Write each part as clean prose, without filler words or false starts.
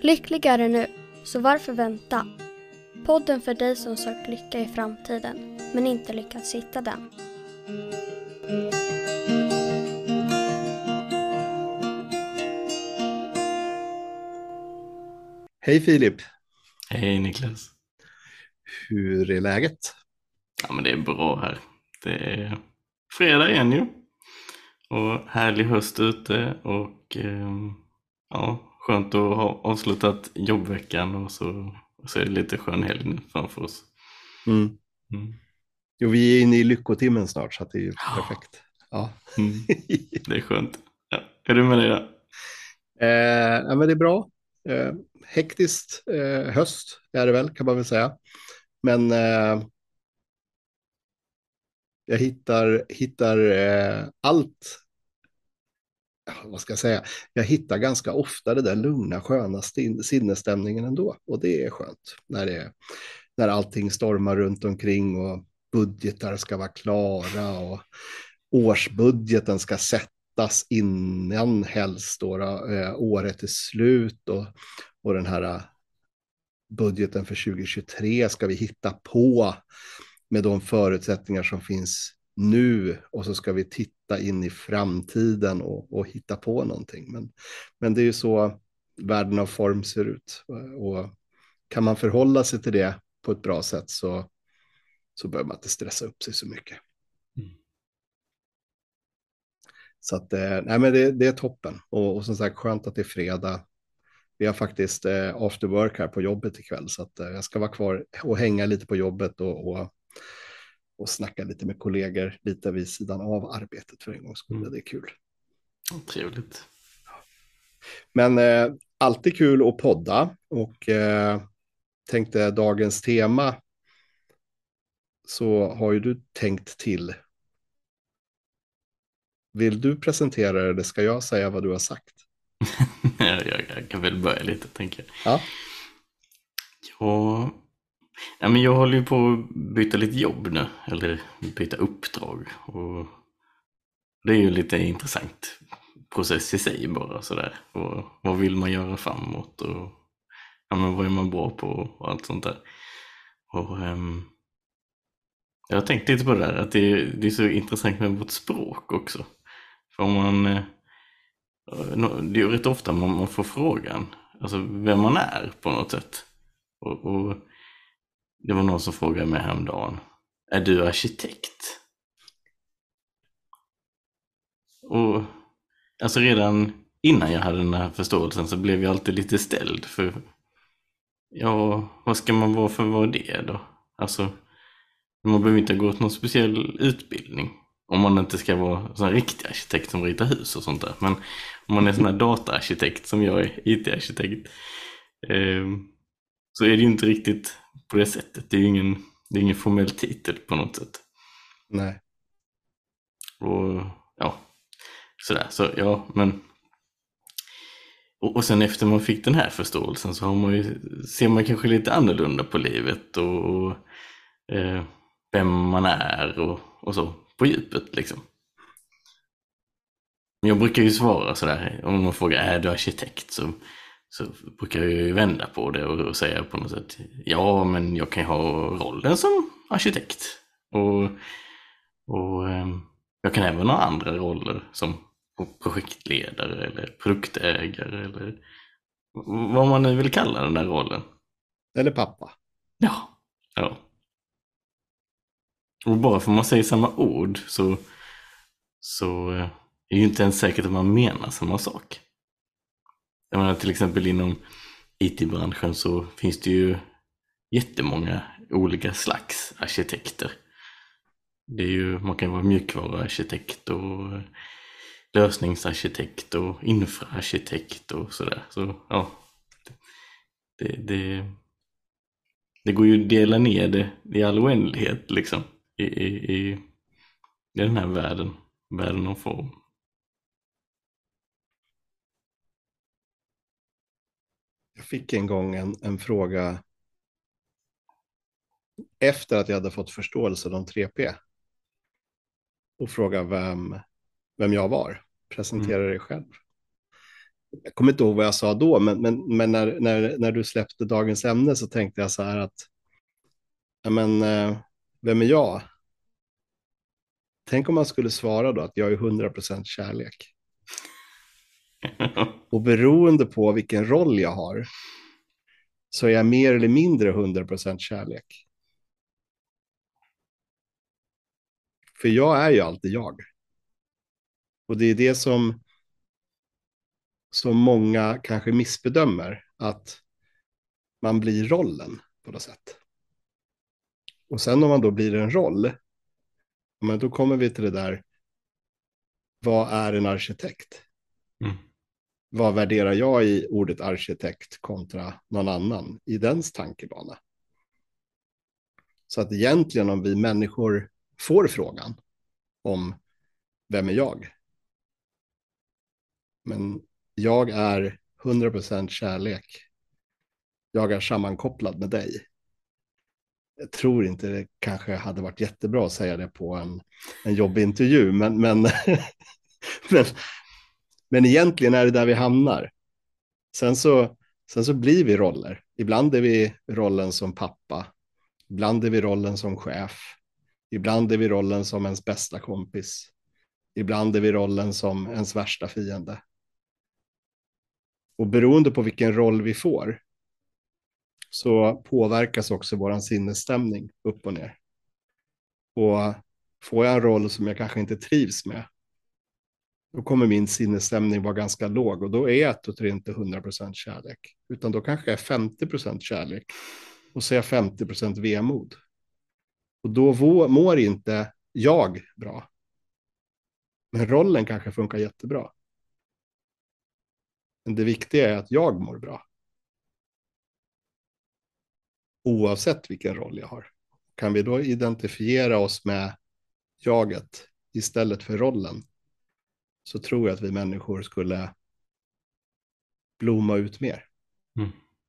Lyckligare nu, så varför vänta? Podden för dig som sökt lycka i framtiden, men inte lyckats hitta den. Hej Filip, Hej Niklas. hur är läget? Ja, men det är bra här. Det är fredag igen ju. Och härlig höst ute och ja, skönt att ha avslutat jobbveckan och så är det lite skön helg nu framför oss. Mm. Mm. Jo, vi är inne i lyckotimmen snart så att det är ju perfekt. Ja. Det är skönt. Ja. Är du med dig då? Ja, men det är bra. Hektiskt höst är det väl, kan man väl säga. Men jag hittar allt. Ja, vad ska jag säga? Jag hittar ganska ofta det där lugna, sköna sinnesstämningen ändå. Och det är skönt när allting stormar runt omkring och budgetar ska vara klara och årsbudgeten ska sättas innan helst då, året är slut och den här budgeten för 2023 ska vi hitta på med de förutsättningar som finns nu och så ska vi titta in i framtiden och hitta på någonting. Men det är ju så världen av form ser ut och kan man förhålla sig till det på ett bra sätt så behöver man inte stressa upp sig så mycket. Så att, nej men det är toppen. Och som sagt, skönt att det är fredag. Vi har faktiskt after work här på jobbet ikväll. Så att jag ska vara kvar och hänga lite på jobbet och snacka lite med kollegor lite vid sidan av arbetet för en gångs skull. Det är kul. Trevligt. Men alltid kul att podda. Och tänkte dagens tema så har ju du tänkt till. Vill du presentera det eller ska jag säga vad du har sagt? Jag kan väl börja lite, tänker jag. Ja. Ja, men jag håller ju på att byta lite jobb nu, eller byta uppdrag. Och det är ju lite intressant process i sig bara sådär. Och vad vill man göra framåt och ja, men vad är man bra på och allt sånt där. Och jag har tänkt lite på det där, att det är så intressant med vårt språk också. För om man, det är ju rätt ofta man får frågan, alltså vem man är på något sätt. Och det var någon som frågade mig häromdagen, är du arkitekt? Och alltså redan innan jag hade den här förståelsen så blev jag alltid lite ställd för ja, vad ska man vara för att vara det då? Alltså, man behöver inte gå åt någon speciell utbildning om man inte ska vara en riktig arkitekt som ritar hus och sånt där. Men om man är sån här dataarkitekt som jag är, IT-arkitekt, så är det ju inte riktigt på det sättet. Det är ingen formell titel på något sätt. Nej. Och ja, sådär. Så ja, men och sen efter man fick den här förståelsen så ser man kanske lite annorlunda på livet och vem man är och så på djupet liksom. Jag brukar ju svara sådär, om man frågar är du arkitekt så brukar jag ju vända på det och säga på något sätt ja, men jag kan ju ha rollen som arkitekt och jag kan även ha andra roller som projektledare eller produktägare eller vad man nu vill kalla den där rollen. Eller pappa. Ja. Och bara för man säger samma ord så är det ju inte ens säkert att man menar samma sak. Jag menar, till exempel inom IT-branschen så finns det ju jättemånga olika slags arkitekter. Det är ju, man kan vara mjukvaruarkitekt och lösningsarkitekt och infraarkitekt och sådär. Så ja, det går ju att dela ner det i all oändlighet liksom i den här världen av form. Jag fick en gång en fråga efter att jag hade fått förståelse om 3P och fråga vem jag var. Presentera dig själv. jag kommer inte ihåg vad jag sa då, men när du släppte dagens ämne så tänkte jag så här att, ja, men, vem är jag? Tänk om man skulle svara då att jag är 100% kärlek. Och beroende på vilken roll jag har så är jag mer eller mindre 100% kärlek. För jag är ju alltid jag. Och det är det som många kanske missbedömer, att man blir rollen på något sätt. Och sen om man då blir en roll, men då kommer vi till det där, vad är en arkitekt? Mm. Vad värderar jag i ordet arkitekt kontra någon annan i dens tankebana? Så att egentligen om vi människor får frågan om vem är jag? Men jag är 100% kärlek. Jag är sammankopplad med dig. Jag tror inte det kanske hade varit jättebra att säga det på en jobbintervju, men men egentligen är det där vi hamnar. Sen så blir vi roller. Ibland är vi rollen som pappa. Ibland är vi rollen som chef. Ibland är vi rollen som ens bästa kompis. Ibland är vi rollen som ens värsta fiende. Och beroende på vilken roll vi får så påverkas också vår sinnesstämning upp och ner. Och får jag en roll som jag kanske inte trivs med, då kommer min sinnesstämning vara ganska låg. Och då är ett och tre inte 100% kärlek. Utan då kanske jag är 50% kärlek. Och så är jag 50% vemod. Och då mår inte jag bra. Men rollen kanske funkar jättebra. Men det viktiga är att jag mår bra. Oavsett vilken roll jag har. Kan vi då identifiera oss med jaget istället för rollen, så tror jag att vi människor skulle blomma ut mer. Mm.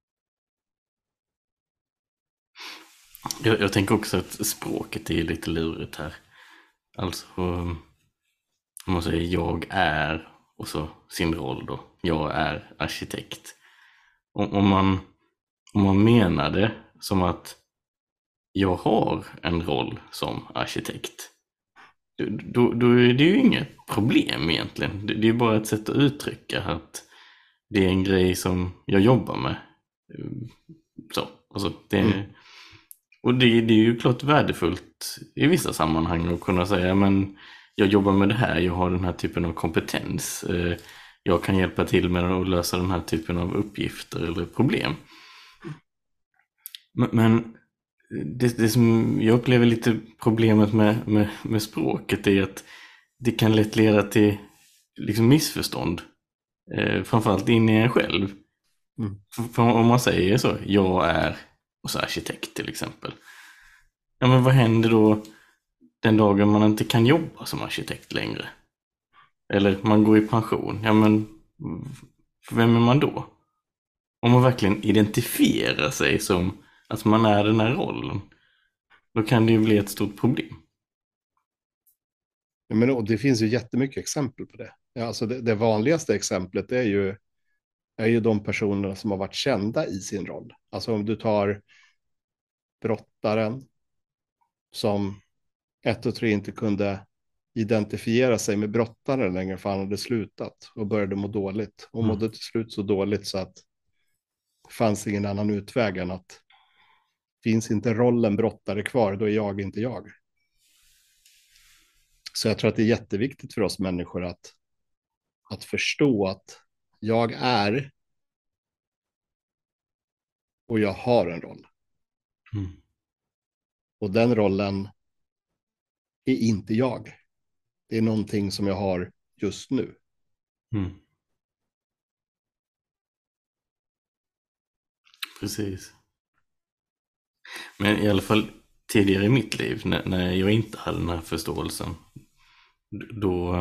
Jag tänker också att språket är lite lurigt här. Alltså, om man säger jag är och så sin roll då. Jag är arkitekt. Om man menar det som att jag har en roll som arkitekt, då är det ju inget problem egentligen. Det är bara ett sätt att uttrycka att det är en grej som jag jobbar med. Så, alltså och det är ju klart värdefullt i vissa sammanhang att kunna säga, men jag jobbar med det här, jag har den här typen av kompetens, jag kan hjälpa till med att lösa den här typen av uppgifter eller problem. Men det som jag upplever lite problemet med språket är att det kan lätt leda till liksom missförstånd, framförallt in i en själv. För om man säger så, jag är och så arkitekt till exempel. Ja, men vad händer då den dagen man inte kan jobba som arkitekt längre? Eller man går i pension. Ja, men vem är man då? Om man verkligen identifierar sig som att man är den här rollen, då kan det ju bli ett stort problem. Ja, men, och det finns ju jättemycket exempel på det. Ja, alltså det vanligaste exemplet är ju de personerna som har varit kända i sin roll. Alltså om du tar brottaren som 1 och 3 inte kunde identifiera sig med brottaren längre för han hade slutat och började må dåligt. Och mådde till slut så dåligt så att det fanns ingen annan utväg än att finns inte rollen brottare kvar, då är jag inte jag. Så jag tror att det är jätteviktigt för oss människor att förstå att jag är och jag har en roll. Och den rollen är inte jag. Det är någonting som jag har just nu. Precis. Men i alla fall tidigare i mitt liv, när jag inte hade den här förståelsen, då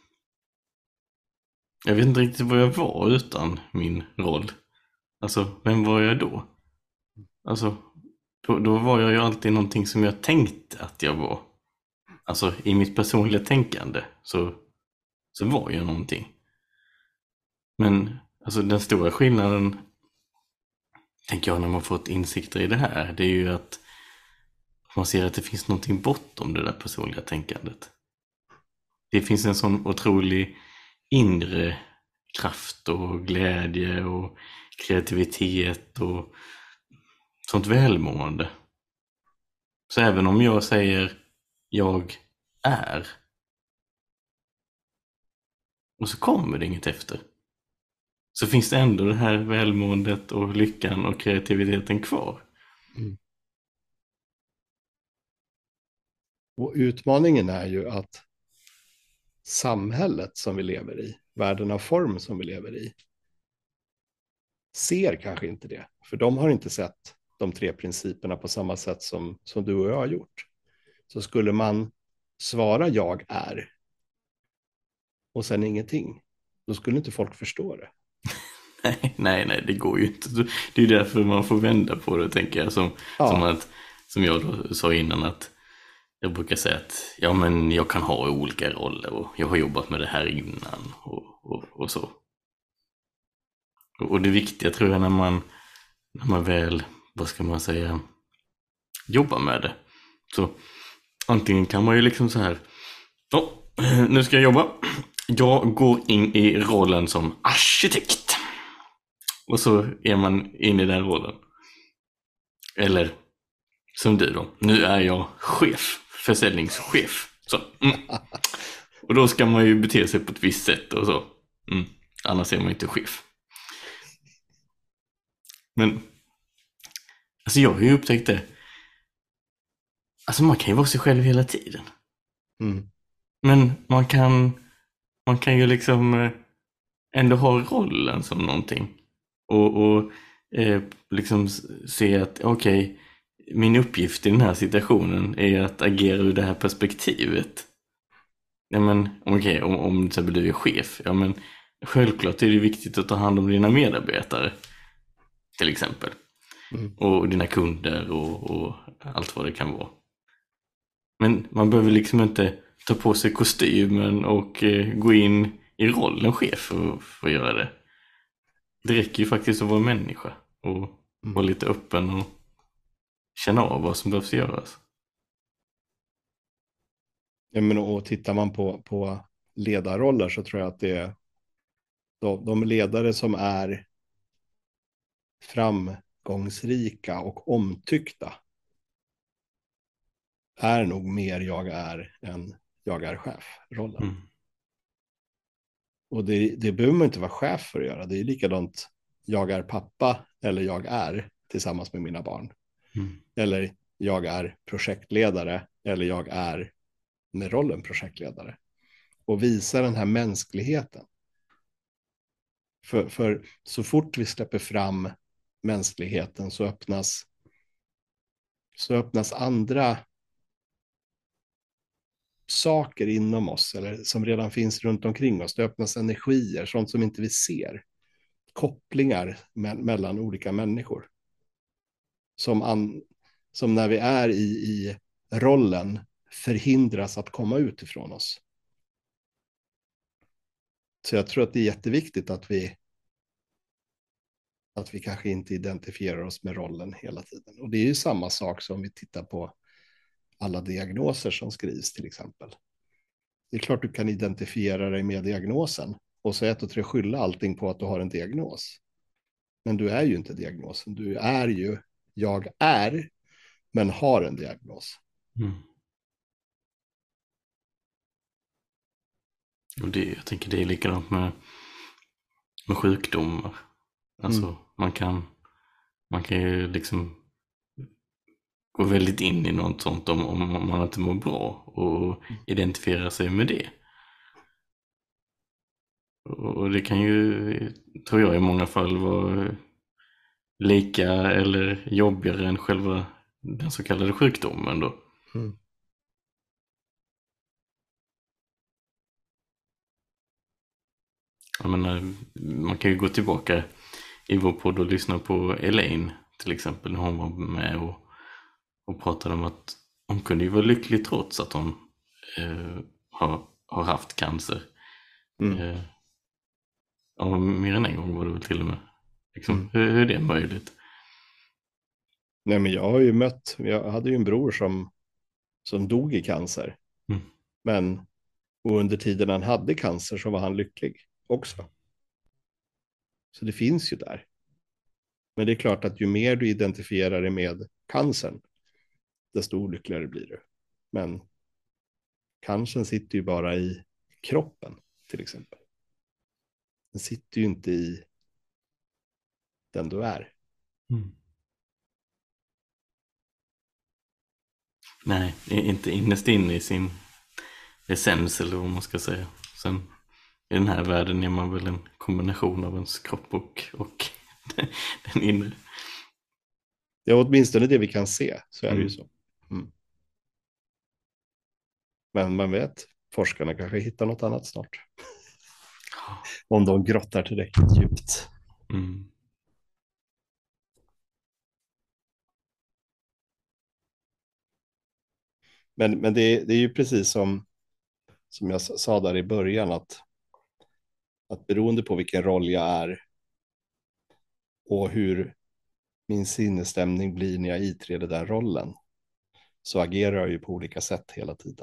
jag vet inte riktigt vad jag var utan min roll. Alltså, vem var jag då? Alltså, då var jag ju alltid någonting som jag tänkte att jag var. Alltså, i mitt personliga tänkande så var jag någonting. Men alltså den stora skillnaden, tänker jag, när man fått insikter i det här, det är ju att man ser att det finns någonting bortom det där personliga tänkandet. Det finns en sån otrolig inre kraft och glädje och kreativitet och sånt välmående. Så även om jag säger jag är, och så kommer det inget efter, så finns det ändå det här välmåendet och lyckan och kreativiteten kvar. Mm. Och utmaningen är ju att samhället som vi lever i, världen av form som vi lever i, ser kanske inte det. För de har inte sett de 3 principerna på samma sätt som du och jag har gjort. Så skulle man svara jag är och sen ingenting, då skulle inte folk förstå det. Nej, det går ju inte. Det är därför man får vända på det, tänker jag. Som jag då sa innan, att jag brukar säga att ja, men jag kan ha olika roller och jag har jobbat med det här innan och så. Och det viktiga, tror jag, när man väl, vad ska man säga, jobbar med det. Så antingen kan man ju liksom så här, nu ska jag jobba. Jag går in i rollen som arkitekt. Och så är man inne i den rollen. Eller som du då, nu är jag chef, försäljningschef. Så. Och då ska man ju bete sig på ett visst sätt och så. Annars är man inte chef. Men alltså jag har ju upptäckt det. Alltså man kan ju vara sig själv hela tiden. Men man kan ju liksom ändå ha rollen som någonting. Och liksom se att okej, min uppgift i den här situationen är att agera ur det här perspektivet. Ja, men okej, om till exempel du är chef, ja, men självklart är det viktigt att ta hand om dina medarbetare till exempel. Och dina kunder och allt vad det kan vara. Men man behöver liksom inte ta på sig kostymen och gå in i rollen chef för att göra det. Det räcker ju faktiskt att vara människa och vara lite öppen och känna av vad som behövs göras. Ja, men och tittar man på ledarroller, så tror jag att det är de ledare som är framgångsrika och omtyckta är nog mer jag är än jag är chef-rollen. Och det behöver man inte vara chef för att göra. Det är likadant, jag är pappa eller jag är tillsammans med mina barn. Eller jag är projektledare eller jag är med rollen projektledare. Och visa den här mänskligheten. För så fort vi släpper fram mänskligheten så öppnas andra saker inom oss, eller som redan finns runt omkring oss. Det öppnas energier, sånt som inte vi ser. Kopplingar mellan olika människor. Som när vi är i rollen förhindras att komma ut ifrån oss. Så jag tror att det är jätteviktigt att vi kanske inte identifierar oss med rollen hela tiden. Och det är ju samma sak som vi tittar på alla diagnoser som skrivs till exempel. Det är klart du kan identifiera dig med diagnosen och så 1 och 3 skylla allting på att du har en diagnos. Men du är ju inte diagnosen. Du är ju, jag är, men har en diagnos. Och jag tänker det är likadant med sjukdomar. Alltså man kan ju liksom gå väldigt in i något sånt om man inte mår bra och identifiera sig med det. Och det kan ju, tror jag, i många fall vara lika eller jobbigare än själva den så kallade sjukdomen då. Jag menar, man kan ju gå tillbaka i vår podd och lyssna på Elaine till exempel, när hon var med och pratade om att hon kunde ju vara lycklig trots att hon har haft cancer. Ja, mer än en gång var det väl till och med. Liksom, hur är det möjligt? Nej, men jag hade ju en bror som dog i cancer. Mm. Men och under tiden han hade cancer så var han lycklig också. Så det finns ju där. Men det är klart att ju mer du identifierar dig med cancern, desto olyckligare blir du. Men cancern sitter ju bara i kroppen, till exempel. Den sitter ju inte i den du är. Mm. Nej, inte innerst inne i sin essens eller vad man ska säga. Sen i den här världen är man väl en kombination av ens kropp och den inre. Ja, åtminstone det vi kan se, så är det ju så. Mm. Men man vet, forskarna kanske hittar något annat snart. Om de grottar tillräckligt djupt. Mm. Men det är ju precis som jag sa där i början, att beroende på vilken roll jag är och hur min sinnesstämning blir när jag iträder den rollen, så agerar jag ju på olika sätt hela tiden.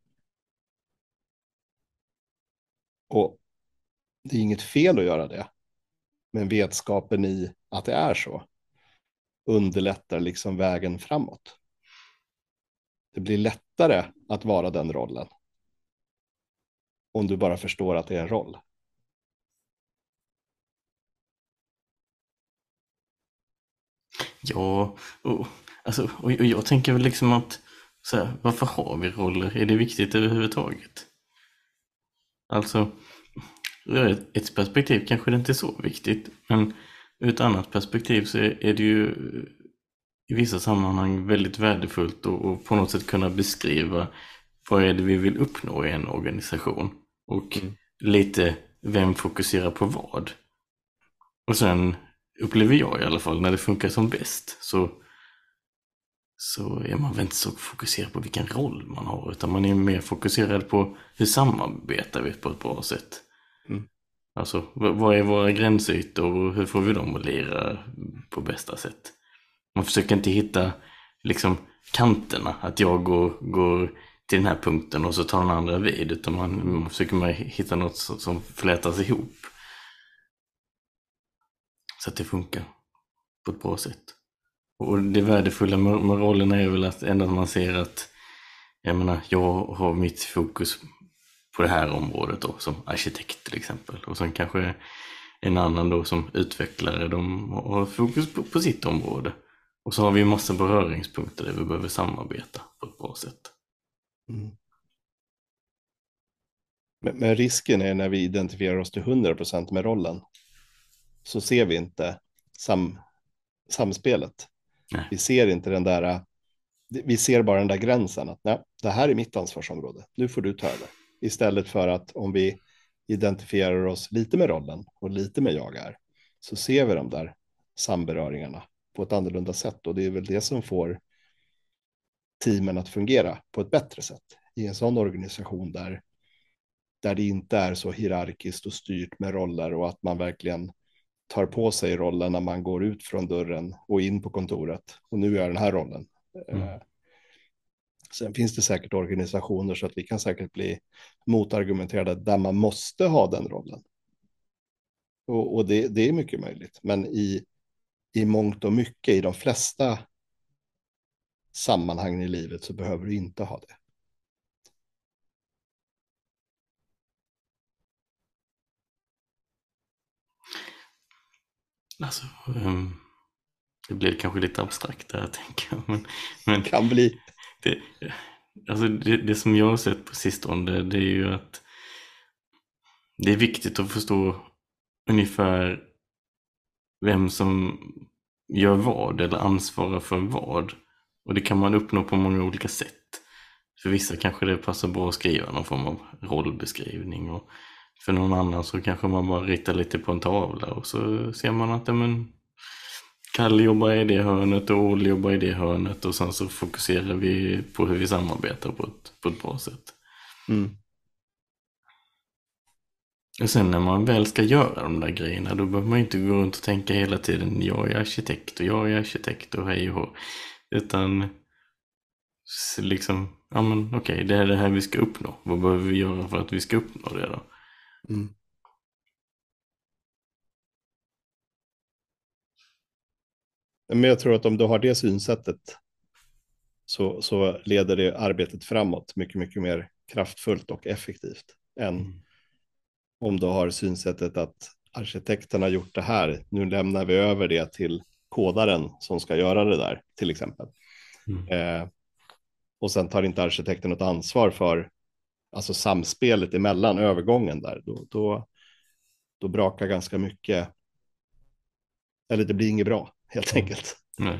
Och det är inget fel att göra det, men vetskapen i att det är så underlättar liksom vägen framåt. Det blir lättare att vara den rollen om du bara förstår att det är en roll. Ja, och jag tänker väl liksom att så här, varför har vi roller? Är det viktigt överhuvudtaget? Alltså, ur ett perspektiv kanske det inte är så viktigt, men ur ett annat perspektiv så är det ju i vissa sammanhang väldigt värdefullt och på något sätt kunna beskriva vad är det vi vill uppnå i en organisation och lite vem fokuserar på vad. Och sen upplever jag i alla fall när det funkar som bäst så är man väl inte så fokuserad på vilken roll man har, utan man är mer fokuserad på hur samarbetar vi på ett bra sätt. Alltså, vad är våra gränsytor och hur får vi dem att lira på bästa sätt? Man försöker inte hitta liksom kanterna, att jag går till den här punkten och så tar den andra vid, utan man försöker hitta något som flätas ihop så att det funkar på ett bra sätt. Och det värdefulla med rollen är väl att ändå man ser att jag har mitt fokus på det här området då, som arkitekt till exempel, och sen kanske en annan då som utvecklare, de har fokus på sitt område, och så har vi en massa beröringspunkter där vi behöver samarbeta på ett bra sätt. Men risken är när vi identifierar oss till 100% med rollen, så ser vi inte samspelet. Nej. Vi ser inte vi ser bara den där gränsen, att nej, det här är mitt ansvarsområde, nu får du ta över. Istället för att om vi identifierar oss lite med rollen och lite med jag är, så ser vi de där samberöringarna på ett annorlunda sätt, och det är väl det som får teamen att fungera på ett bättre sätt i en sån organisation där det inte är så hierarkiskt och styrt med roller, och att man verkligen tar på sig rollen när man går ut från dörren och in på kontoret, och nu är jag den här rollen. Sen finns det säkert organisationer så att vi kan säkert bli motargumenterade där man måste ha den rollen. Och det är mycket möjligt. Men i mångt och mycket, i de flesta sammanhang i livet, så behöver du inte ha det. Alltså, det blir kanske lite abstrakt där, tänker jag. Men kan bli. Det som jag har sett på sistone, det är ju att det är viktigt att förstå ungefär vem som gör vad eller ansvarar för vad. Och det kan man uppnå på många olika sätt. För vissa kanske det passar bra att skriva någon form av rollbeskrivning, och för någon annan så kanske man bara ritar lite på en tavla och så ser man att Kalle jobbar i det hörnet och Olle jobbar i det hörnet, och sen så fokuserar vi på hur vi samarbetar på ett bra sätt. Och sen när man väl ska göra de där grejerna, då behöver man inte gå runt och tänka hela tiden jag är arkitekt och hej och hå. Utan liksom, ja men okej, det är det här vi ska uppnå. Vad behöver vi göra för att vi ska uppnå det då? Mm. Men jag tror att om du har det synsättet så leder det arbetet framåt mycket, mycket mer kraftfullt och effektivt än om du har synsättet att arkitekten har gjort det här, nu lämnar vi över det till kodaren som ska göra det där, till exempel. Och sen tar inte arkitekten något ansvar för alltså samspelet emellan övergången där, då brakar ganska mycket, eller det blir inget bra, helt enkelt. Nej.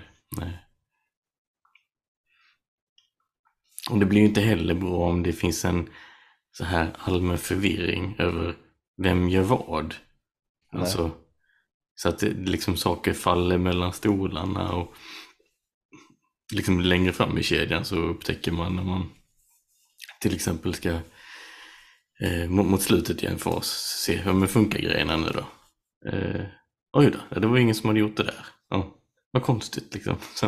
Och det blir ju inte heller bra om det finns en så här allmän förvirring över vem gör vad. Alltså, så att det, liksom saker faller mellan stolarna och liksom längre fram i kedjan så upptäcker man när man till exempel ska mot slutet i en fas se hur funkar grejerna nu då. Oj då, det var ingen som hade gjort det där. Ja, vad konstigt liksom. Så.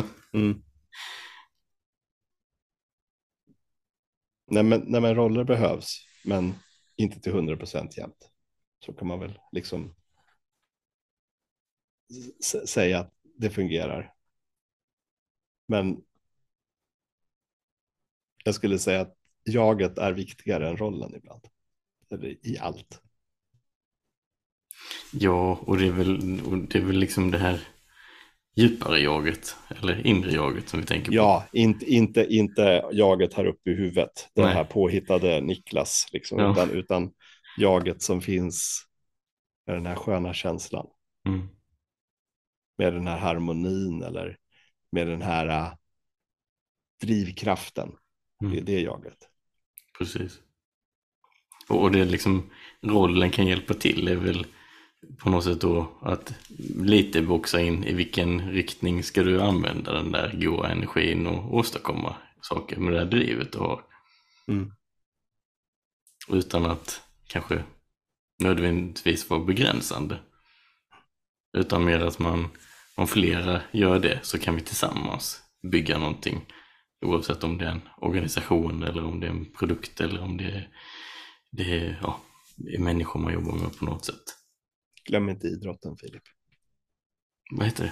Nej, men roller behövs, men inte till 100% jämt. Så kan man väl liksom säga att det fungerar. Men jag skulle säga att jaget är viktigare än rollen ibland. Eller i allt. Ja, och det är väl liksom det här djupare jaget, eller inre jaget som vi tänker på. Ja, inte jaget här uppe i huvudet. Det här påhittade Niklas, liksom, ja. utan jaget som finns med den här sköna känslan. Med den här harmonin eller med den här drivkraften. Det är jaget. Precis. Och det är liksom, rollen kan hjälpa till är väl på något sätt då att lite boxa in i vilken riktning ska du använda den där goda energin och åstadkomma saker med det här drivet du har. Utan att kanske nödvändigtvis vara begränsande. Utan mer att om flera gör det så kan vi tillsammans bygga någonting. Oavsett om det är en organisation eller om det är en produkt eller om det är människor man jobbar med på något sätt. Glöm inte idrotten, Filip. Vad heter det?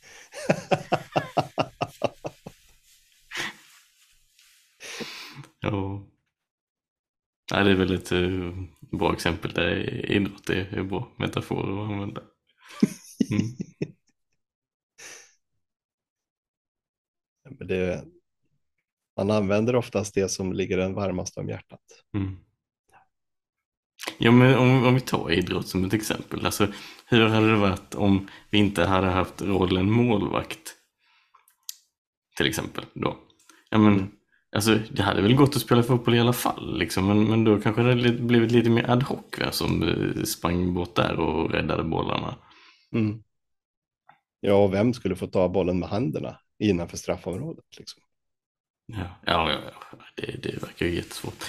Ja. Nej, det är väl ett bra exempel där idrott är bra metaforer att använda. Men man använder oftast det som ligger den varmast om hjärtat. Ja, men om vi tar idrott som ett exempel. Alltså, hur hade det varit om vi inte hade haft rollen målvakt? Till exempel då. Ja, men alltså, det hade väl gått att spela fotboll i alla fall. Liksom, men då kanske det hade blivit lite mer ad hoc som sprang bort där och räddade bollarna. Ja, och vem skulle få ta bollen med händerna innanför straffområdet? Liksom? Ja. Det verkar ju jättesvårt.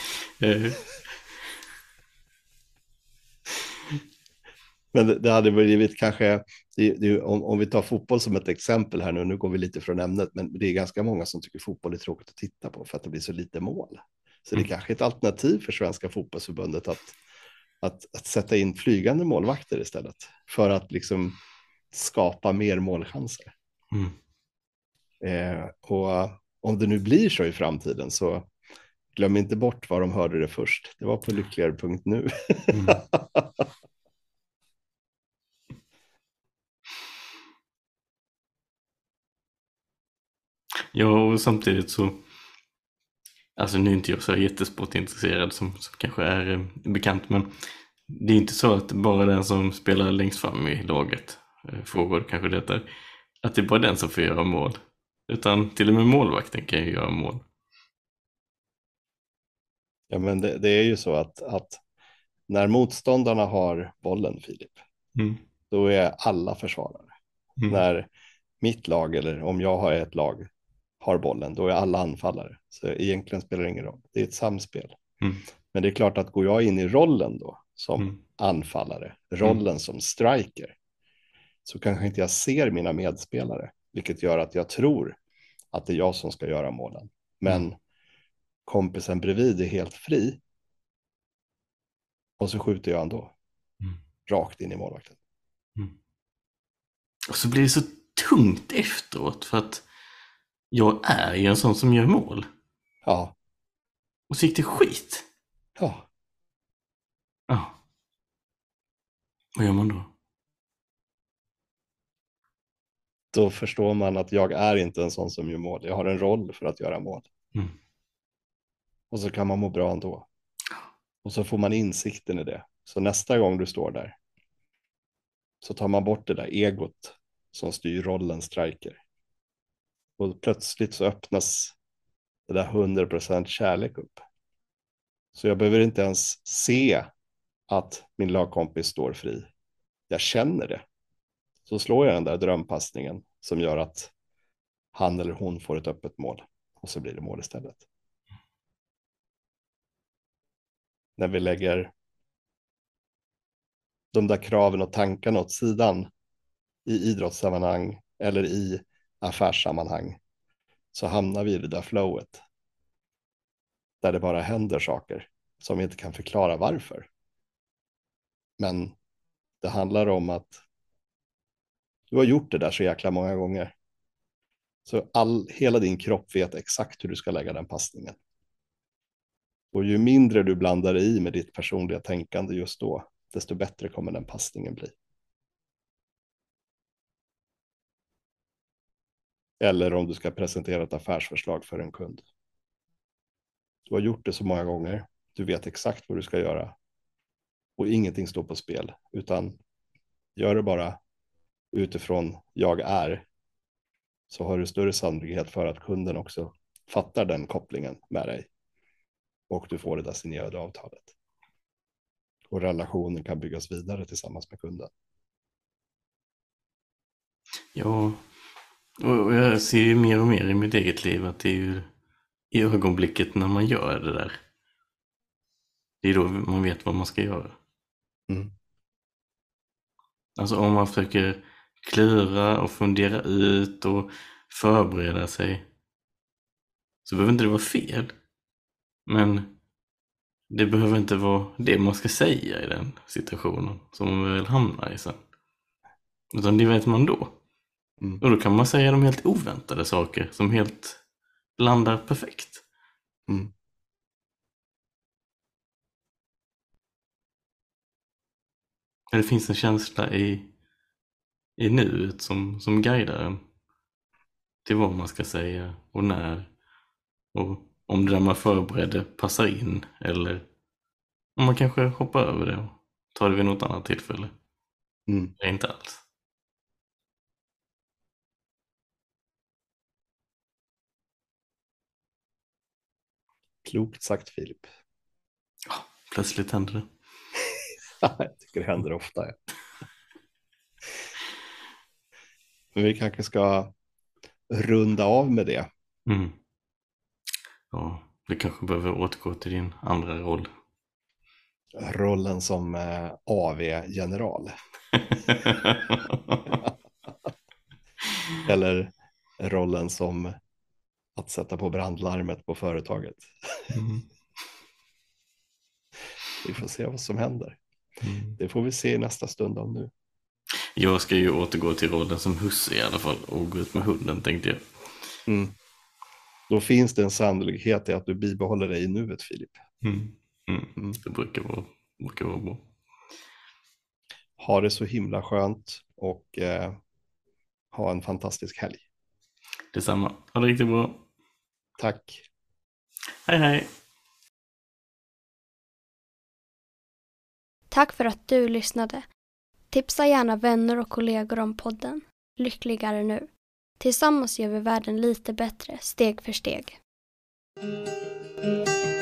Men det hade blivit kanske, om vi tar fotboll som ett exempel här nu går vi lite från ämnet, men det är ganska många som tycker fotboll är tråkigt att titta på för att det blir så lite mål. Så det är kanske ett alternativ för Svenska fotbollsförbundet att sätta in flygande målvakter istället för att liksom skapa mer målchanser. Och om det nu blir så i framtiden så glöm inte bort var de hörde det först. Det var på lyckligare.nu. Ja, och samtidigt så, alltså nu är inte jag så jättesportintresserad som kanske är bekant, men det är inte så att bara den som spelar längst fram i laget, frågor kanske detta, att det är bara den som får göra mål, utan till och med målvakten kan ju göra mål. Ja, men det är ju så att när motståndarna har bollen, Filip, då är alla försvarare. När mitt lag, eller om jag har ett lag, har bollen, då är alla anfallare. Så egentligen spelar det ingen roll. Det är ett samspel. Men det är klart att går jag in i rollen då, som anfallare, rollen som striker, så kanske inte jag ser mina medspelare, vilket gör att jag tror att det är jag som ska göra målen. Men kompisen bredvid är helt fri och så skjuter jag ändå rakt in i målvakten. Och så blir det så tungt efteråt för att jag är ju en sån som gör mål. Ja. Och så gick det skit. Ja. Ja. Vad gör man då? Då förstår man att jag är inte en sån som gör mål. Jag har en roll för att göra mål. Och så kan man må bra ändå. Och så får man insikten i det. Så nästa gång du står där så tar man bort det där egot som styr rollen striker. Och plötsligt så öppnas det där 100% kärlek upp. Så jag behöver inte ens se att min lagkompis står fri. Jag känner det. Så slår jag den där drömpassningen som gör att han eller hon får ett öppet mål. Och så blir det mål istället. När vi lägger de där kraven och tankarna åt sidan i idrottssammanhang eller i affärssammanhang, så hamnar vi i det där flowet. Där det bara händer saker som vi inte kan förklara varför. Men det handlar om att du har gjort det där så jäkla många gånger. Så hela din kropp vet exakt hur du ska lägga den passningen. Och ju mindre du blandar i med ditt personliga tänkande just då, desto bättre kommer den passningen bli. Eller om du ska presentera ett affärsförslag för en kund. Du har gjort det så många gånger. Du vet exakt vad du ska göra. Och ingenting står på spel. Utan gör det bara utifrån jag är. Så har du större sannolikhet för att kunden också fattar den kopplingen med dig. Och du får det där signerade avtalet. Och relationen kan byggas vidare tillsammans med kunden. Ja, och jag ser ju mer och mer i mitt eget liv att det är ju i ögonblicket när man gör det där. Det är då man vet vad man ska göra. Alltså om man försöker klura och fundera ut och förbereda sig, så behöver inte det vara fel. Men det behöver inte vara det man ska säga i den situationen som man väl hamnar i sen. Utan det vet man då. Och då kan man säga de helt oväntade saker som helt landar perfekt. Det finns en känsla i nuet som guidar en till vad man ska säga och när. Och om det där man förberedde passar in, eller om man kanske hoppar över det och tar det vid något annat tillfälle. Det är inte alls. Klokt sagt, Filip. Ja, plötsligt händer det. Jag tycker det händer ofta. Men vi kanske ska runda av med det. Ja, du kanske behöver återgå till din andra roll. Rollen som AV-general. Eller rollen som att sätta på brandlarmet på företaget. Vi får se vad som händer. Det får vi se i nästa stund om nu. Jag ska ju återgå till rollen som husse i alla fall och gå ut med hunden, tänkte jag. Då finns det en sannolikhet i att du bibehåller dig i nuet, Filip. Det brukar vara bra. Ha det så himla skönt och ha en fantastisk helg. Detsamma. Ha det riktigt bra. Tack. Hej hej. Tack för att du lyssnade. Tipsa gärna vänner och kollegor om podden. Lyckligare nu. Tillsammans gör vi världen lite bättre, steg för steg.